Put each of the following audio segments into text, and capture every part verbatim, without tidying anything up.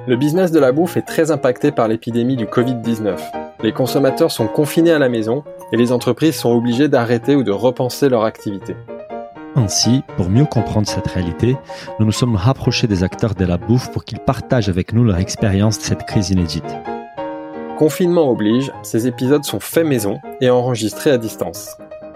Le business de la bouffe est très impacté par l'épidémie du covid dix-neuf. Les consommateurs sont confinés à la maison et les entreprises sont obligées d'arrêter ou de repenser leur activité. Ainsi, pour mieux comprendre cette réalité, nous nous sommes rapprochés des acteurs de la bouffe pour qu'ils partagent avec nous leur expérience de cette crise inédite. Confinement oblige, ces épisodes sont faits maison et enregistrés à distance.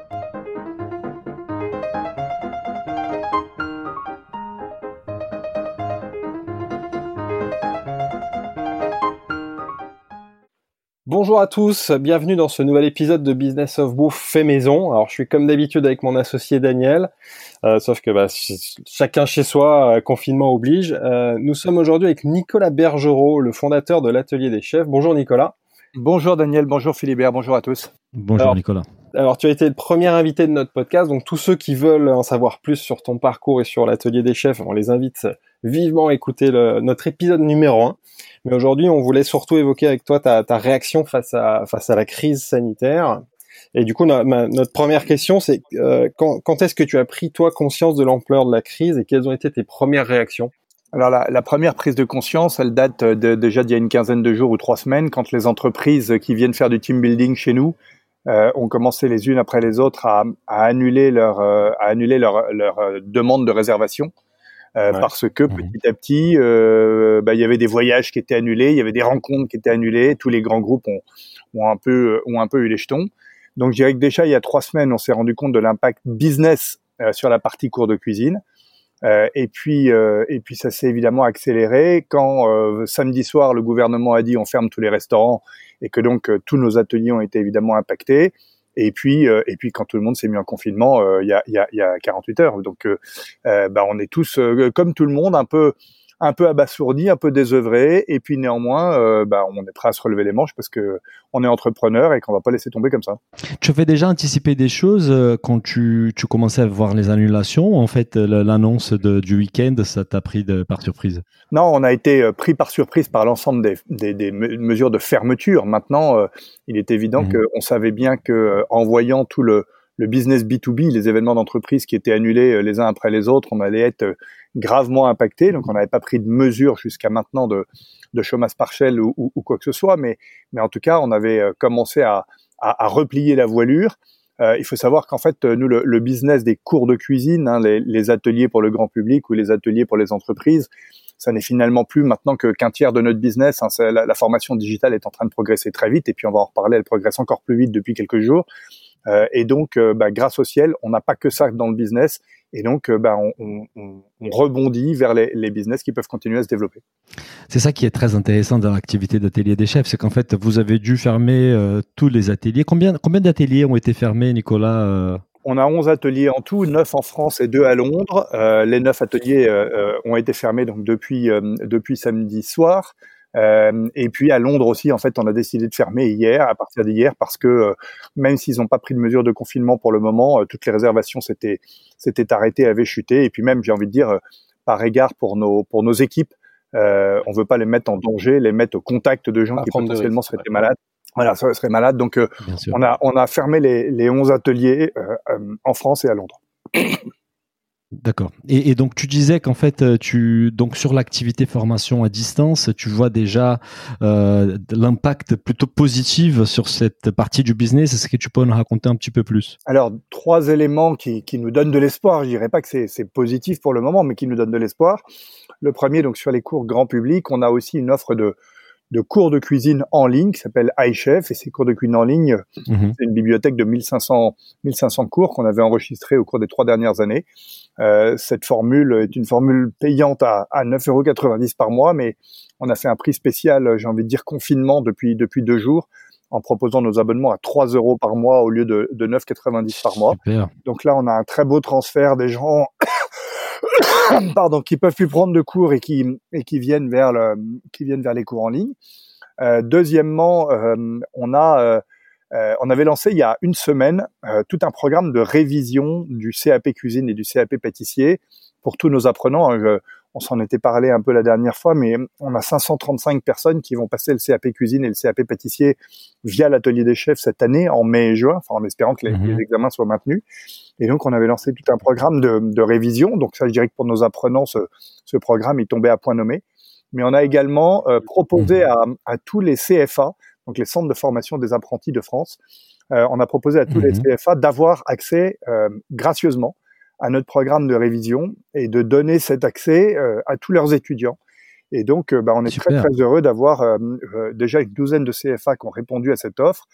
Bonjour à tous, bienvenue dans ce nouvel épisode de Business of Bouffe fait maison. Alors je suis comme d'habitude avec mon associé Daniel, euh, sauf que bah, ch- chacun chez soi, euh, confinement oblige. Euh, nous sommes aujourd'hui avec Nicolas Bergerot, le fondateur de l'Atelier des Chefs. Bonjour Nicolas. Bonjour Daniel, bonjour Philibert, bonjour à tous. Bonjour Alors, Nicolas. Alors tu as été le premier invité de notre podcast, donc tous ceux qui veulent en savoir plus sur ton parcours et sur l'Atelier des Chefs, on les invite vivement à écouter le, notre épisode numéro un. Mais aujourd'hui, on voulait surtout évoquer avec toi ta, ta réaction face à, face à la crise sanitaire. Et du coup, na, ma, notre première question, c'est euh, quand, quand est-ce que tu as pris, toi, conscience de l'ampleur de la crise et quelles ont été tes premières réactions ? Alors la, la première prise de conscience, elle date de, déjà d'il y a une quinzaine de jours ou trois semaines, quand les entreprises qui viennent faire du team building chez nous euh, ont commencé les unes après les autres à, à annuler leur, euh, à annuler leur, leur euh, demande de réservation. Euh, ouais. Parce que petit à petit, euh, bah, il y avait des voyages qui étaient annulés, il y avait des rencontres qui étaient annulées, tous les grands groupes ont, ont un peu, ont un peu eu les jetons. Donc, je dirais que déjà, il y a trois semaines, on s'est rendu compte de l'impact business euh, sur la partie cours de cuisine. Euh, et puis, euh, et puis, ça s'est évidemment accéléré quand euh, samedi soir, le gouvernement a dit on ferme tous les restaurants et que donc euh, tous nos ateliers ont été évidemment impactés. Et puis, euh, et puis quand tout le monde s'est mis en confinement, euh, il y a, il y a, il y a quarante-huit heures. Donc, euh, euh, bah, on est tous, euh, comme tout le monde, un peu, un peu abasourdis, un peu désœuvrés. Et puis néanmoins, euh, bah, on est prêt à se relever les manches parce que on est entrepreneur et qu'on va pas laisser tomber comme ça. Tu avais déjà anticipé des choses quand tu, tu commençais à voir les annulations. En fait, l'annonce de, du week-end, ça t'a pris de, par surprise? Non, on a été pris par surprise par l'ensemble des, des, des mesures de fermeture. Maintenant, euh, il est évident mmh. qu'on savait bien que en voyant tout le, le business B deux B, les événements d'entreprise qui étaient annulés les uns après les autres, on allait être gravement impacté. Donc, on n'avait pas pris de mesures jusqu'à maintenant de, de chômage partiel ou, ou, ou quoi que ce soit. Mais, mais en tout cas, on avait commencé à, à, à replier la voilure. Euh, il faut savoir qu'en fait, nous, le, le business des cours de cuisine, hein, les, les ateliers pour le grand public ou les ateliers pour les entreprises, ça n'est finalement plus maintenant que qu'un tiers de notre business. Hein, la, la formation digitale est en train de progresser très vite et puis on va en reparler, elle progresse encore plus vite depuis quelques jours. Euh, et donc, euh, bah, grâce au ciel, on n'a pas que ça dans le business et donc euh, bah, on, on, on rebondit vers les, les business qui peuvent continuer à se développer. C'est ça qui est très intéressant dans l'activité d'Atelier des Chefs, c'est qu'en fait, vous avez dû fermer euh, tous les ateliers. Combien, combien d'ateliers ont été fermés, Nicolas euh... On a onze ateliers en tout, neuf en France et deux à Londres. Euh, les neuf ateliers euh, ont été fermés donc depuis euh, depuis samedi soir. Euh, et puis à Londres aussi, en fait, on a décidé de fermer hier, à partir d'hier, parce que euh, même s'ils n'ont pas pris de mesures de confinement pour le moment, euh, toutes les réservations s'étaient s'étaient arrêtées, avaient chuté. Et puis même, j'ai envie de dire, euh, par égard pour nos pour nos équipes, euh, on veut pas les mettre en danger, les mettre au contact de gens qui potentiellement seraient ouais. malades. Voilà, ça serait malade. Donc, euh, on a on a fermé les les onze ateliers euh, euh, en France et à Londres. D'accord. Et, et donc tu disais qu'en fait, tu donc sur l'activité formation à distance, tu vois déjà euh, l'impact plutôt positif sur cette partie du business. Est-ce que tu peux nous raconter un petit peu plus? Alors trois éléments qui qui nous donnent de l'espoir. Je dirais pas que c'est c'est positif pour le moment, mais qui nous donnent de l'espoir. Le premier, donc sur les cours grand public, on a aussi une offre de de cours de cuisine en ligne qui s'appelle iChef, et ces cours de cuisine en ligne, mmh. c'est une bibliothèque de mille cinq cents cours qu'on avait enregistrés au cours des trois dernières années. Euh, cette formule est une formule payante à, à neuf euros quatre-vingt-dix par mois, mais on a fait un prix spécial, j'ai envie de dire confinement, depuis depuis deux jours, en proposant nos abonnements à trois euros par mois au lieu de, de neuf euros quatre-vingt-dix par mois. Super. Donc là, on a un très beau transfert des gens pardon, qui peuvent plus prendre de cours et qui et qui viennent vers le qui viennent vers les cours en ligne. Euh, deuxièmement, euh, on a euh, euh, on avait lancé il y a une semaine euh, tout un programme de révision du C A P cuisine et du C A P pâtissier pour tous nos apprenants. Je, on s'en était parlé un peu la dernière fois, mais on a cinq cent trente-cinq personnes qui vont passer le C A P cuisine et le C A P pâtissier via l'Atelier des Chefs cette année, en mai et juin, enfin en espérant que les, mmh. les examens soient maintenus. Et donc, on avait lancé tout un programme de, de révision. Donc ça, je dirais que pour nos apprenants, ce, ce programme, il tombait à point nommé. mais on a également euh, proposé à, à tous les C F A, donc les centres de formation des apprentis de France, euh, on a proposé à tous mmh. les C F A d'avoir accès euh, gracieusement à notre programme de révision et de donner cet accès euh, à tous leurs étudiants. Et donc, euh, bah, on est Super. très très heureux d'avoir euh, euh, déjà une douzaine de C F A qui ont répondu à cette offre.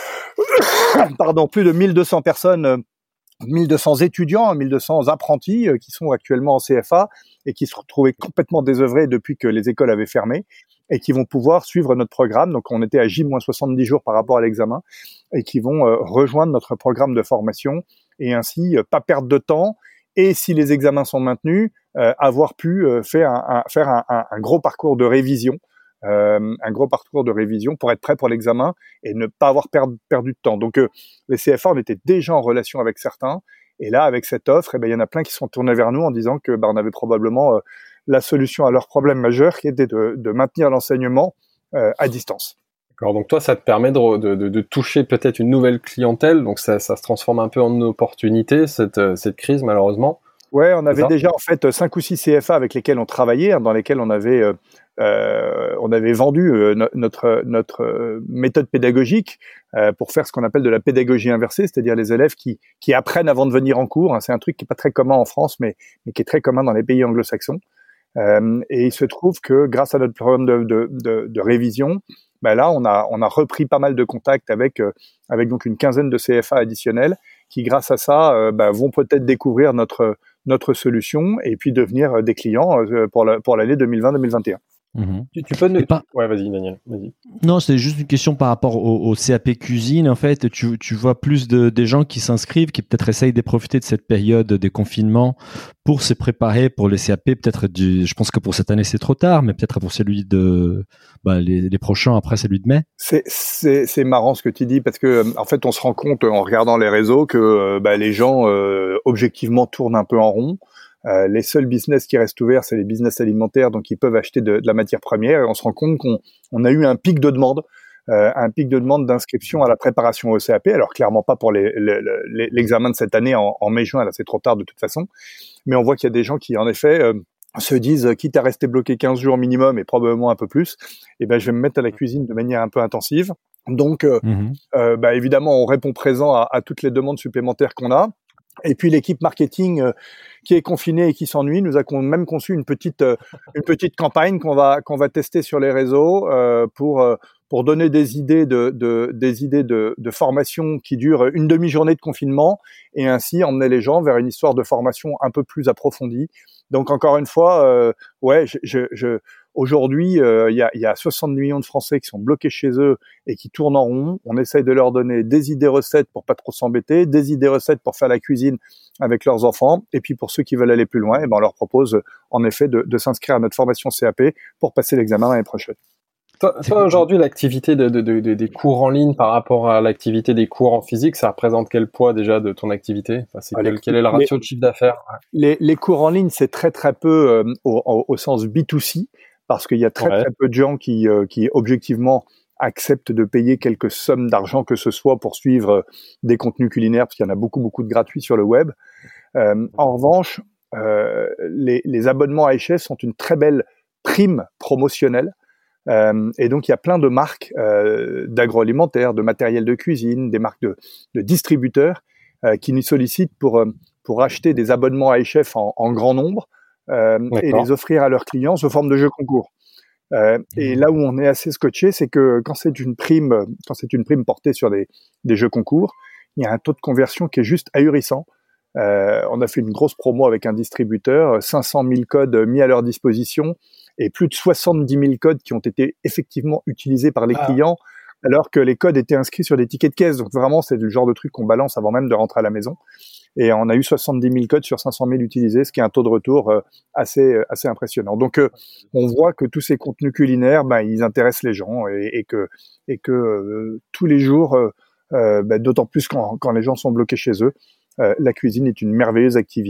Pardon, plus de mille deux cents personnes, euh, mille deux cents étudiants, mille deux cents apprentis euh, qui sont actuellement en C F A et qui se retrouvaient complètement désœuvrés depuis que les écoles avaient fermé et qui vont pouvoir suivre notre programme. Donc, on était à J moins soixante-dix jours par rapport à l'examen et qui vont euh, rejoindre notre programme de formation et ainsi euh, pas perdre de temps. Et si les examens sont maintenus, euh, avoir pu euh, faire, un, un, faire un, un, un gros parcours de révision, euh, un gros parcours de révision pour être prêt pour l'examen et ne pas avoir perdu, perdu de temps. Donc, euh, les C F A, on était déjà en relation avec certains. Et là, avec cette offre, eh ben, il y en a plein qui sont tournés vers nous en disant que bah, on avait probablement euh, la solution à leur problème majeur, qui était de, de maintenir l'enseignement euh, à distance. D'accord, donc toi, ça te permet de, de, de toucher peut-être une nouvelle clientèle, donc ça, ça se transforme un peu en une opportunité, cette, cette crise, malheureusement. Ouais, on avait déjà en fait cinq ou six C F A avec lesquels on travaillait, hein, dans lesquels on avait euh, euh, on avait vendu euh, no- notre notre euh, méthode pédagogique euh, pour faire ce qu'on appelle de la pédagogie inversée, c'est-à-dire les élèves qui qui apprennent avant de venir en cours. Hein, c'est un truc qui est pas très commun en France, mais mais qui est très commun dans les pays anglo-saxons. Euh, et il se trouve que grâce à notre programme de de, de, de révision, ben là on a on a repris pas mal de contacts avec euh, avec donc une quinzaine de C F A additionnels qui grâce à ça euh, ben, vont peut-être découvrir notre notre solution et puis devenir des clients pour la, pour l'année deux mille vingt deux mille vingt et un. Mmh. Tu, tu peux ne... pas... Ouais, vas-y, Daniel. Vas-y. Non, c'est juste une question par rapport au, au C A P cuisine. En fait, tu, tu vois plus de des gens qui s'inscrivent, qui peut-être essayent de profiter de cette période des confinements pour se préparer pour les C A P. Peut-être, du, je pense que pour cette année c'est trop tard, mais peut-être pour celui de bah, les, les prochains après celui de mai. C'est c'est c'est marrant ce que tu dis parce que en fait on se rend compte en regardant les réseaux que bah, les gens euh, objectivement tournent un peu en rond. Euh, les seuls business qui restent ouverts, c'est les business alimentaires, donc ils peuvent acheter de, de la matière première. Et on se rend compte qu'on on a eu un pic de demande, euh, un pic de demande d'inscription à la préparation au C A P. Alors clairement pas pour les, les, les, l'examen de cette année en, en mai-juin, là c'est trop tard de toute façon. Mais on voit qu'il y a des gens qui en effet euh, se disent, quitte à rester bloqué quinze jours minimum et probablement un peu plus, eh ben je vais me mettre à la cuisine de manière un peu intensive. Donc euh, mmh. euh, bah, évidemment on répond présent à, à toutes les demandes supplémentaires qu'on a. Et puis l'équipe marketing euh, qui est confinée et qui s'ennuie nous a con- même conçu une petite euh, une petite campagne qu'on va qu'on va tester sur les réseaux euh, pour euh, pour donner des idées de, de des idées de, de formation qui durent une demi-journée de confinement et ainsi emmener les gens vers une histoire de formation un peu plus approfondie. Donc encore une fois, euh, ouais, je, je, je aujourd'hui, il euh, y, a, y a soixante millions de Français qui sont bloqués chez eux et qui tournent en rond. On essaye de leur donner des idées recettes pour pas trop s'embêter, des idées recettes pour faire la cuisine avec leurs enfants. Et puis pour ceux qui veulent aller plus loin, eh ben on leur propose en effet de, de s'inscrire à notre formation C A P pour passer l'examen l'année prochaine. Toi, toi aujourd'hui, l'activité de, de, de, de, des cours en ligne par rapport à l'activité des cours en physique, ça représente quel poids déjà de ton activité? Enfin, c'est ah, quel, quel est le ratio les, de chiffre d'affaires? les, les cours en ligne, c'est très très peu euh, au, au, au sens B deux C, parce qu'il y a très ouais. très peu de gens qui, euh, qui objectivement acceptent de payer quelques sommes d'argent que ce soit pour suivre euh, des contenus culinaires, parce qu'il y en a beaucoup beaucoup de gratuits sur le web. Euh, en revanche, euh, les, les abonnements A H S sont une très belle prime promotionnelle. Euh, et donc il y a plein de marques euh, d'agroalimentaire, de matériel de cuisine, des marques de, de distributeurs euh, qui nous sollicitent pour euh, pour acheter des abonnements A H F en, en grand nombre euh, et les offrir à leurs clients sous forme de jeux concours. Euh, et là où on est assez scotché, c'est que quand c'est une prime, quand c'est une prime portée sur des des jeux concours, il y a un taux de conversion qui est juste ahurissant. Euh, on a fait une grosse promo avec un distributeur, cinq cent mille codes mis à leur disposition et plus de soixante-dix mille codes qui ont été effectivement utilisés par les ah. clients alors que les codes étaient inscrits sur des tickets de caisse. Donc vraiment, c'est le genre de truc qu'on balance avant même de rentrer à la maison. Et on a eu soixante-dix mille codes sur cinq cent mille utilisés, ce qui est un taux de retour euh, assez assez impressionnant. Donc euh, on voit que tous ces contenus culinaires, ben ils intéressent les gens et, et que et que euh, tous les jours, euh, euh, ben, d'autant plus quand, quand les gens sont bloqués chez eux, euh, la cuisine est une merveilleuse activité.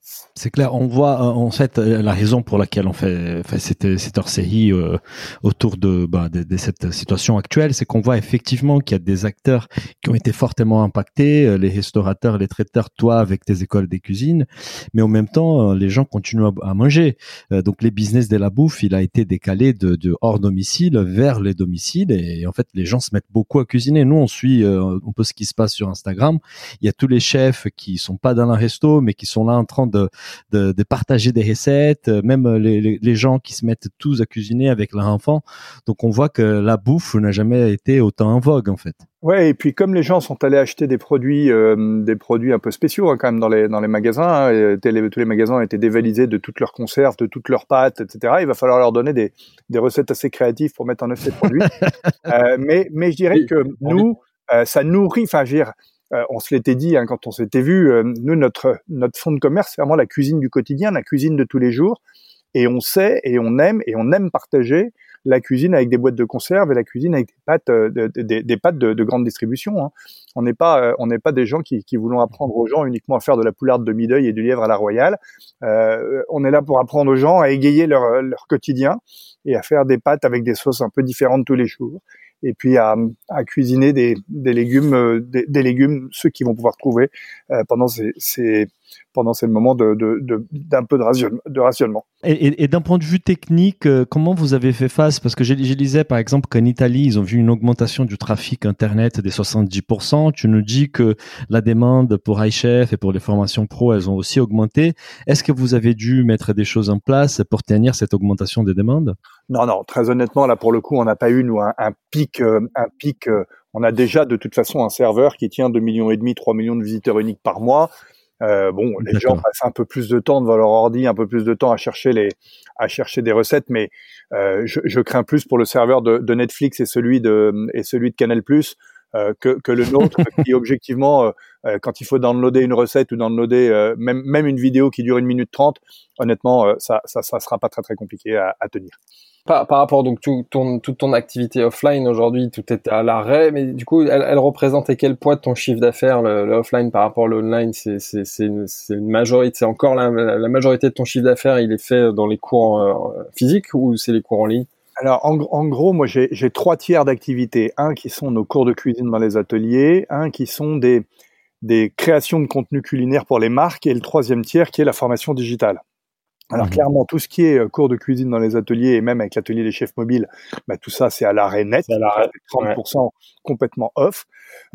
C'est clair, on voit en fait la raison pour laquelle on fait, fait cette, cette hors-série euh, autour de, bah, de, de cette situation actuelle, c'est qu'on voit effectivement qu'il y a des acteurs qui ont été fortement impactés, les restaurateurs, les traiteurs, toi avec tes écoles des cuisines, mais en même temps les gens continuent à, à manger. Euh, donc les business de la bouffe, il a été décalé de, de hors domicile vers les domiciles et en fait les gens se mettent beaucoup à cuisiner. Nous on suit euh, un peu ce qui se passe sur Instagram. Il y a tous les chefs qui sont pas dans un resto mais qui sont là en train de De, de partager des recettes, même les, les, les gens qui se mettent tous à cuisiner avec leurs enfants. Donc on voit que la bouffe n'a jamais été autant en vogue en fait. Ouais, et puis comme les gens sont allés acheter des produits, euh, des produits un peu spéciaux hein, quand même dans les dans les magasins, hein, et les, tous les magasins ont été dévalisés de toutes leurs conserves, de toutes leurs pâtes, et cetera. Il va falloir leur donner des des recettes assez créatives pour mettre en œuvre ces produits. euh, mais mais je dirais que nous, euh, ça nourrit. Enfin, je veux dire. Euh, on se l'était dit hein, quand on s'était vu, euh, nous notre notre fond de commerce c'est vraiment la cuisine du quotidien, la cuisine de tous les jours, et on sait et on aime et on aime partager la cuisine avec des boîtes de conserve et la cuisine avec des pâtes euh, de, de, de, des pâtes de, de grande distribution. Hein. On n'est pas euh, on n'est pas des gens qui, qui voulons apprendre aux gens uniquement à faire de la poularde de mi-deuil et du lièvre à la royale. Euh, on est là pour apprendre aux gens à égayer leur leur quotidien et à faire des pâtes avec des sauces un peu différentes tous les jours. Et puis à, à cuisiner des, des légumes, euh, des, des légumes, ceux qui vont pouvoir trouver euh, pendant ces, ces pendant ces moments de, de, de d'un peu de, ration, de rationnement. Et, et, et d'un point de vue technique, euh, comment vous avez fait face? Parce que je, je lisais par exemple qu'en Italie, ils ont vu une augmentation du trafic internet des soixante-dix pour cent. Tu nous dis que la demande pour iChef et pour les formations pro, elles ont aussi augmenté. Est-ce que vous avez dû mettre des choses en place pour tenir cette augmentation des demandes? Non, non, très honnêtement, là pour le coup, on n'a pas eu nous un, un pic, euh, un pic. Euh, on a déjà de toute façon un serveur qui tient deux millions et demi, trois millions de visiteurs uniques par mois. Euh, bon, les D'accord. gens passent un peu plus de temps devant leur ordi, un peu plus de temps à chercher les, à chercher des recettes, mais euh, je, je crains plus pour le serveur de, de Netflix et celui de et celui de Canal+, euh, que, que le nôtre, qui objectivement, euh, quand il faut downloader une recette ou downloader euh, même même une vidéo qui dure une minute trente, honnêtement, euh, ça, ça, ça sera pas très très compliqué à, à tenir. Par, par rapport donc tout ton, toute ton activité offline aujourd'hui, tout est à l'arrêt, mais du coup, elle, elle représentait quel poids de ton chiffre d'affaires, le, le offline par rapport à l'online? C'est, c'est, c'est, une, c'est une majorité, c'est encore la, la majorité de ton chiffre d'affaires, il est fait dans les cours euh, physiques ou c'est les cours en ligne? Alors, en, en gros, moi, j'ai, j'ai trois tiers d'activité. Un qui sont nos cours de cuisine dans les ateliers, un qui sont des, des créations de contenu culinaire pour les marques, et le troisième tiers qui est la formation digitale. Alors, mmh. clairement, tout ce qui est cours de cuisine dans les ateliers et même avec l'atelier des chefs mobiles, bah, tout ça, c'est à l'arrêt net. C'est à l'arrêt. trente pour cent ouais. complètement off.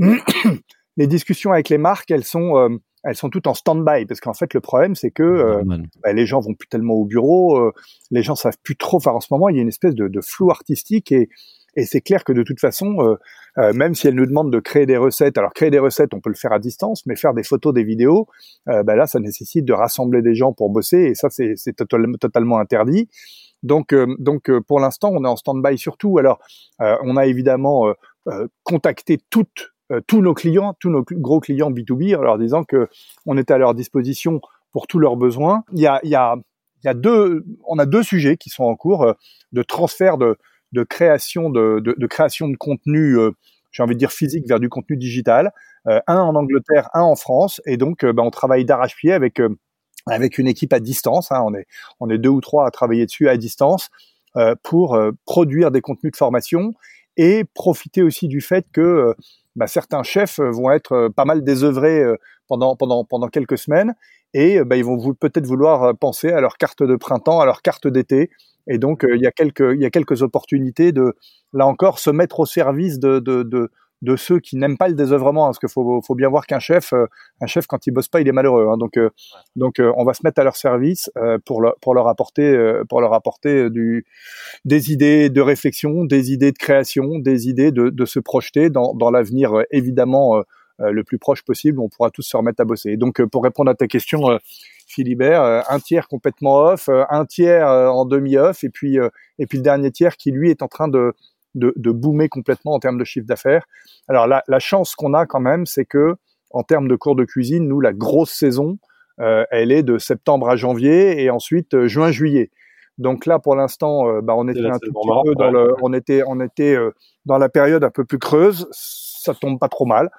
Les discussions avec les marques, elles sont, euh, elles sont toutes en stand-by parce qu'en fait, le problème, c'est que euh, bah, les gens vont plus tellement au bureau, euh, les gens savent plus trop faire en ce moment. Il y a une espèce de, de flou artistique et Et c'est clair que de toute façon, euh, euh, même si elle nous demande de créer des recettes, alors créer des recettes, on peut le faire à distance, mais faire des photos, des vidéos, euh, ben là, ça nécessite de rassembler des gens pour bosser, et ça, c'est, c'est total, totalement interdit. Donc, euh, donc euh, pour l'instant, on est en stand-by surtout. Alors, euh, on a évidemment euh, euh, contacté toutes, euh, tous nos clients, tous nos gros clients B deux B, en leur disant que on était à leur disposition pour tous leurs besoins. Il y a, il y a, il y a deux, on a deux sujets qui sont en cours euh, de transfert de de création de, de, de création de contenu, euh, j'ai envie de dire physique vers du contenu digital, euh, un en Angleterre, un en France, et donc euh, ben, on travaille d'arrache-pied avec euh, avec une équipe à distance, hein, on est on est deux ou trois à travailler dessus à distance euh, pour euh, produire des contenus de formation et profiter aussi du fait que euh, ben, certains chefs vont être euh, pas mal désœuvrés euh, pendant pendant pendant quelques semaines et ben, ils vont vous, peut-être vouloir penser à leur carte de printemps, à leur carte d'été. Et donc, euh, il y a quelques, il y a quelques opportunités de, là encore, se mettre au service de, de, de, de ceux qui n'aiment pas le désœuvrement, hein, parce qu'il faut, faut bien voir qu'un chef, euh, un chef quand il bosse pas, il est malheureux. Hein, donc, euh, donc, euh, on va se mettre à leur service euh, pour, le, pour leur apporter, euh, pour leur apporter du, des idées de réflexion, des idées de création, des idées de, de se projeter dans, dans l'avenir, euh, évidemment euh, euh, le plus proche possible. On pourra tous se remettre à bosser. Et donc, euh, pour répondre à ta question. Euh, Philibert, euh, un tiers complètement off, euh, un tiers euh, en demi-off, et puis euh, et puis le dernier tiers qui lui est en train de de, de boomer complètement en termes de chiffre d'affaires. Alors la, la chance qu'on a quand même, c'est que en termes de cours de cuisine, nous la grosse saison, euh, elle est de septembre à janvier et ensuite euh, juin-juillet. Donc là pour l'instant, euh, bah on était un tout petit peu dans le, on était on était euh, dans la période un peu plus creuse. Ça tombe pas trop mal.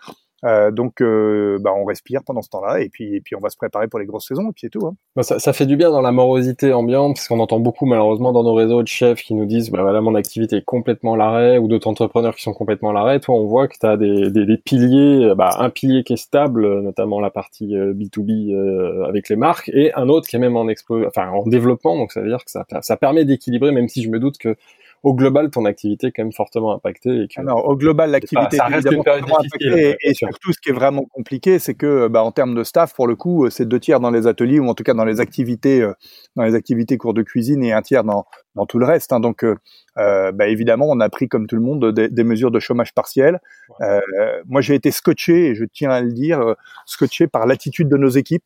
Euh, donc, euh, bah, on respire pendant ce temps-là, et puis, et puis on va se préparer pour les grosses saisons, et puis c'est tout. Hein. Bah, ça, ça fait du bien dans la morosité ambiante, parce qu'on entend beaucoup malheureusement dans nos réseaux de chefs qui nous disent bah voilà, mon activité est complètement à l'arrêt, ou d'autres entrepreneurs qui sont complètement à l'arrêt. Toi, on voit que tu as des, des, des piliers, bah, un pilier qui est stable, notamment la partie euh, B deux B euh, avec les marques, et un autre qui est même en explo- enfin en développement, donc ça veut dire que ça, ça permet d'équilibrer, même si je me doute que au global, ton activité est quand même fortement impactée. Et que Alors, au global, l'activité ça reste une période difficile. Et, et surtout, ce qui est vraiment compliqué, c'est que, bah, en termes de staff, pour le coup, c'est deux tiers dans les ateliers, ou en tout cas dans les activités, euh, dans les activités cours de cuisine, et un tiers dans, dans tout le reste. Hein. Donc, euh, bah, évidemment, on a pris, comme tout le monde, des, des mesures de chômage partiel. Ouais. Euh, moi, j'ai été scotché, et je tiens à le dire, euh, scotché par l'attitude de nos équipes.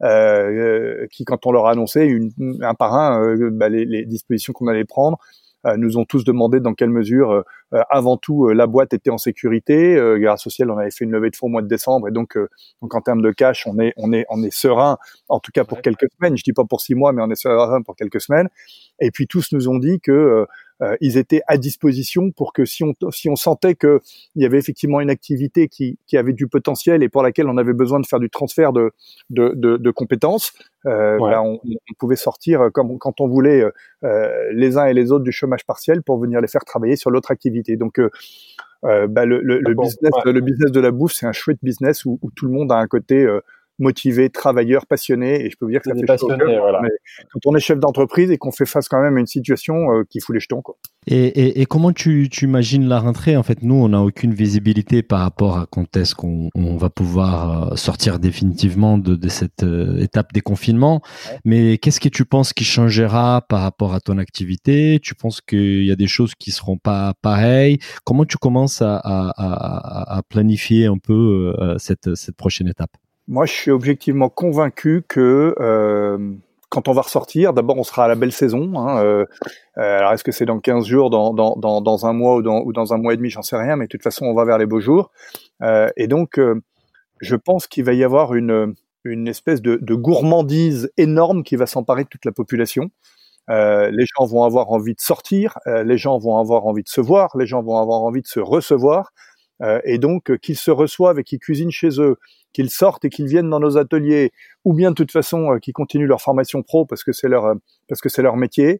Euh, qui, quand on leur a annoncé une, un par un euh, bah, les, les dispositions qu'on allait prendre, Euh, nous ont tous demandé dans quelle mesure, euh, avant tout, euh, la boîte était en sécurité. Euh, grâce au ciel, on avait fait une levée de fonds au mois de décembre, et donc, euh, donc en termes de cash, on est, on est, on est serein, en tout cas pour ouais. quelques semaines. Je dis pas pour six mois, mais on est serein pour quelques semaines. Et puis tous nous ont dit que euh, euh, ils étaient à disposition pour que si on, si on sentait que il y avait effectivement une activité qui, qui avait du potentiel et pour laquelle on avait besoin de faire du transfert de, de, de, de compétences. Euh, ouais. ben on, on pouvait sortir comme quand on voulait euh, les uns et les autres du chômage partiel pour venir les faire travailler sur l'autre activité. Donc euh, euh, ben le, le, le business, ouais. le business de la bouffe, c'est un chouette business où, où tout le monde a un côté euh, motivé, travailleur, passionné, et je peux vous dire que ça fait chaud au cœur. Voilà. Mais quand on est chef d'entreprise et qu'on fait face quand même à une situation euh, qui fout les jetons, quoi. Et, et, et comment tu, tu imagines la rentrée? En fait, nous, on n'a aucune visibilité par rapport à quand est-ce qu'on on va pouvoir sortir définitivement de, de cette euh, étape des confinements. Ouais. Mais qu'est-ce que tu penses qui changera par rapport à ton activité? Tu penses qu'il y a des choses qui seront pas pareilles? Comment tu commences à, à, à, à planifier un peu euh, cette, cette prochaine étape? Moi, je suis objectivement convaincu que euh, quand on va ressortir, d'abord, on sera à la belle saison. Hein, euh, alors, est-ce que c'est dans quinze jours, dans, dans, dans, dans un mois ou dans, ou dans un mois et demi, j'en sais rien, mais de toute façon, on va vers les beaux jours. Euh, et donc, euh, je pense qu'il va y avoir une, une espèce de, de gourmandise énorme qui va s'emparer de toute la population. Euh, les gens vont avoir envie de sortir, euh, les gens vont avoir envie de se voir, les gens vont avoir envie de se recevoir. Euh, et donc, euh, qu'ils se reçoivent et qu'ils cuisinent chez eux, qu'ils sortent et qu'ils viennent dans nos ateliers, ou bien de toute façon euh, qu'ils continuent leur formation pro parce que c'est leur euh, parce que c'est leur métier.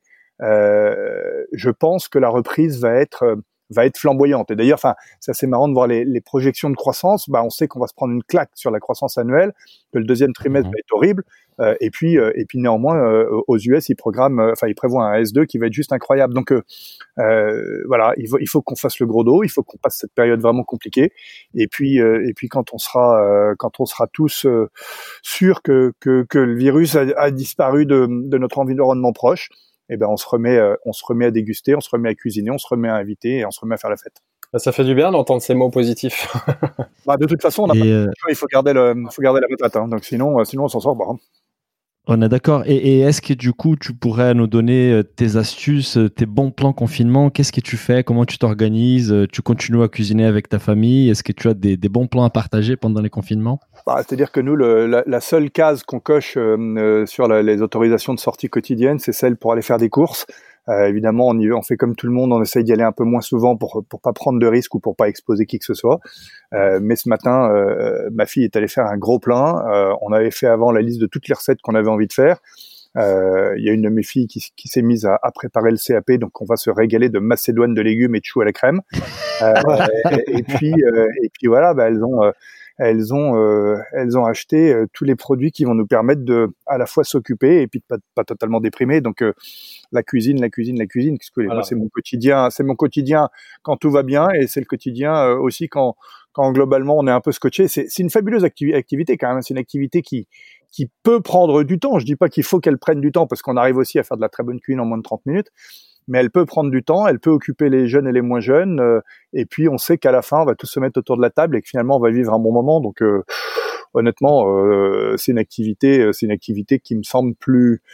Euh, je pense que la reprise va être euh, va être flamboyante. Et d'ailleurs, enfin, c'est assez marrant de voir les, les projections de croissance. Bah, on sait qu'on va se prendre une claque sur la croissance annuelle, que le deuxième trimestre mmh. va être horrible. Euh, et puis, euh, et puis néanmoins, euh, aux U S, ils programment, euh, enfin, ils prévoient un S deux qui va être juste incroyable. Donc, euh, euh, voilà, il faut, il faut qu'on fasse le gros dos, il faut qu'on passe cette période vraiment compliquée. Et puis, euh, et puis, quand on sera, euh, quand on sera tous euh, sûrs que, que que le virus a, a disparu de, de notre environnement proche, eh ben, on se remet, euh, on se remet à déguster, on se remet à cuisiner, on se remet à inviter et on se remet à faire la fête. Ça fait du bien d'entendre ces mots positifs. Bah, de toute façon, on a pas euh... il faut garder le, faut garder la retraite, hein. Donc sinon, euh, sinon on s'en sort pas. Hein. On est d'accord. Et, et est-ce que du coup, tu pourrais nous donner tes astuces, tes bons plans confinement? Qu'est-ce que tu fais? Comment tu t'organises? Tu continues à cuisiner avec ta famille? Est-ce que tu as des, des bons plans à partager pendant les confinements? Bah, c'est-à-dire que nous, le, la, la seule case qu'on coche euh, sur la, les autorisations de sortie quotidienne, c'est celle pour aller faire des courses. Euh, évidemment, on, y, on fait comme tout le monde, on essaye d'y aller un peu moins souvent pour pour pas prendre de risques ou pour pas exposer qui que ce soit. Euh, mais ce matin, euh, ma fille est allée faire un gros plein. Euh, on avait fait avant la liste de toutes les recettes qu'on avait envie de faire. Il euh, y a une de mes filles qui, qui s'est mise à, à préparer le C A P, donc on va se régaler de macédoine de légumes et de choux à la crème. Euh, et, et puis euh, et puis voilà, bah, elles ont euh, elles ont euh, elles ont acheté euh, tous les produits qui vont nous permettre de à la fois s'occuper et puis de pas, pas totalement déprimer. Donc euh, la cuisine, la cuisine, la cuisine, parce que voilà. Moi c'est mon quotidien, c'est mon quotidien quand tout va bien et c'est le quotidien euh, aussi quand quand globalement on est un peu scotché. C'est c'est une fabuleuse acti- activité quand même. C'est une activité qui qui peut prendre du temps. Je dis pas qu'il faut qu'elle prenne du temps parce qu'on arrive aussi à faire de la très bonne cuisine en moins de trente minutes. Mais elle peut prendre du temps, elle peut occuper les jeunes et les moins jeunes, euh, et puis on sait qu'à la fin, on va tous se mettre autour de la table et que finalement, on va vivre un bon moment. Donc, euh, honnêtement, euh, c'est une activité, c'est une activité qui me semble plus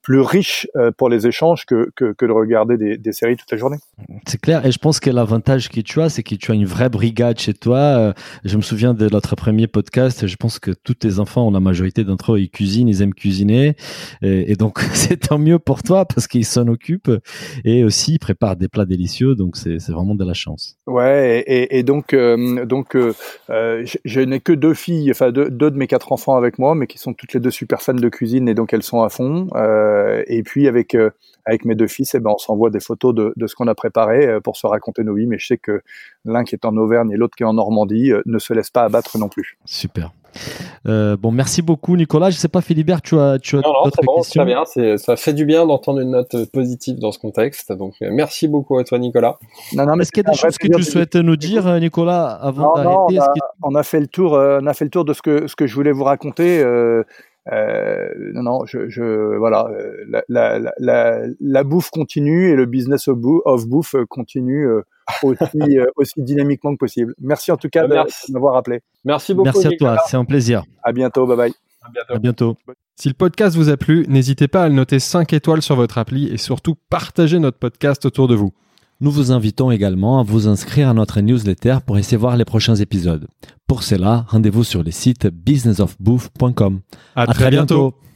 plus riche euh, pour les échanges que, que, que de regarder des, des séries toute la journée. C'est clair, et je pense que l'avantage que tu as, c'est que tu as une vraie brigade chez toi. Euh, je me souviens de notre premier podcast, je pense que tous tes enfants, la majorité d'entre eux, ils cuisinent, ils aiment cuisiner, et, et donc c'est tant mieux pour toi parce qu'ils s'en occupent, et aussi ils préparent des plats délicieux, donc c'est, c'est vraiment de la chance. Ouais, et, et, et donc, euh, donc euh, euh, je, je n'ai que deux filles, enfin deux, deux de mes quatre enfants avec moi, mais qui sont toutes les deux super fans de cuisine, et donc elles sont à fond. Euh, et puis avec euh, avec mes deux fils, eh ben on s'envoie des photos de, de ce qu'on a préparé euh, pour se raconter nos vies. Mais je sais que l'un qui est en Auvergne et l'autre qui est en Normandie euh, ne se laisse pas abattre non plus. Super. Euh, bon, merci beaucoup, Nicolas. Je sais pas, Philibert, tu as, tu as non, non, d'autres c'est bon, questions? très bien. C'est, ça fait du bien d'entendre une note positive dans ce contexte. Donc, merci beaucoup à toi, Nicolas. Non, non, mais Est-ce qu'il y a des choses que tu souhaites nous dire, Nicolas, avant non, d'arrêter? non, on, a, que... on a fait le tour. Euh, on a fait le tour de ce que ce que je voulais vous raconter. Euh, euh, non, non, je, je voilà, la, la, la, la, la bouffe continue et le business of, bou- of bouffe continue euh, aussi euh, aussi dynamiquement que possible. Merci en tout cas de, de m'avoir appelé. Merci beaucoup. Merci à Nicolas. toi, c'est un plaisir. À bientôt, bye bye. À bientôt. À bientôt. Si le podcast vous a plu, n'hésitez pas à le noter cinq étoiles sur votre appli et surtout partagez notre podcast autour de vous. Nous vous invitons également à vous inscrire à notre newsletter pour essayer voir les prochains épisodes. Pour cela, rendez-vous sur le site business of bouffe point com. À, à très, très bientôt. bientôt.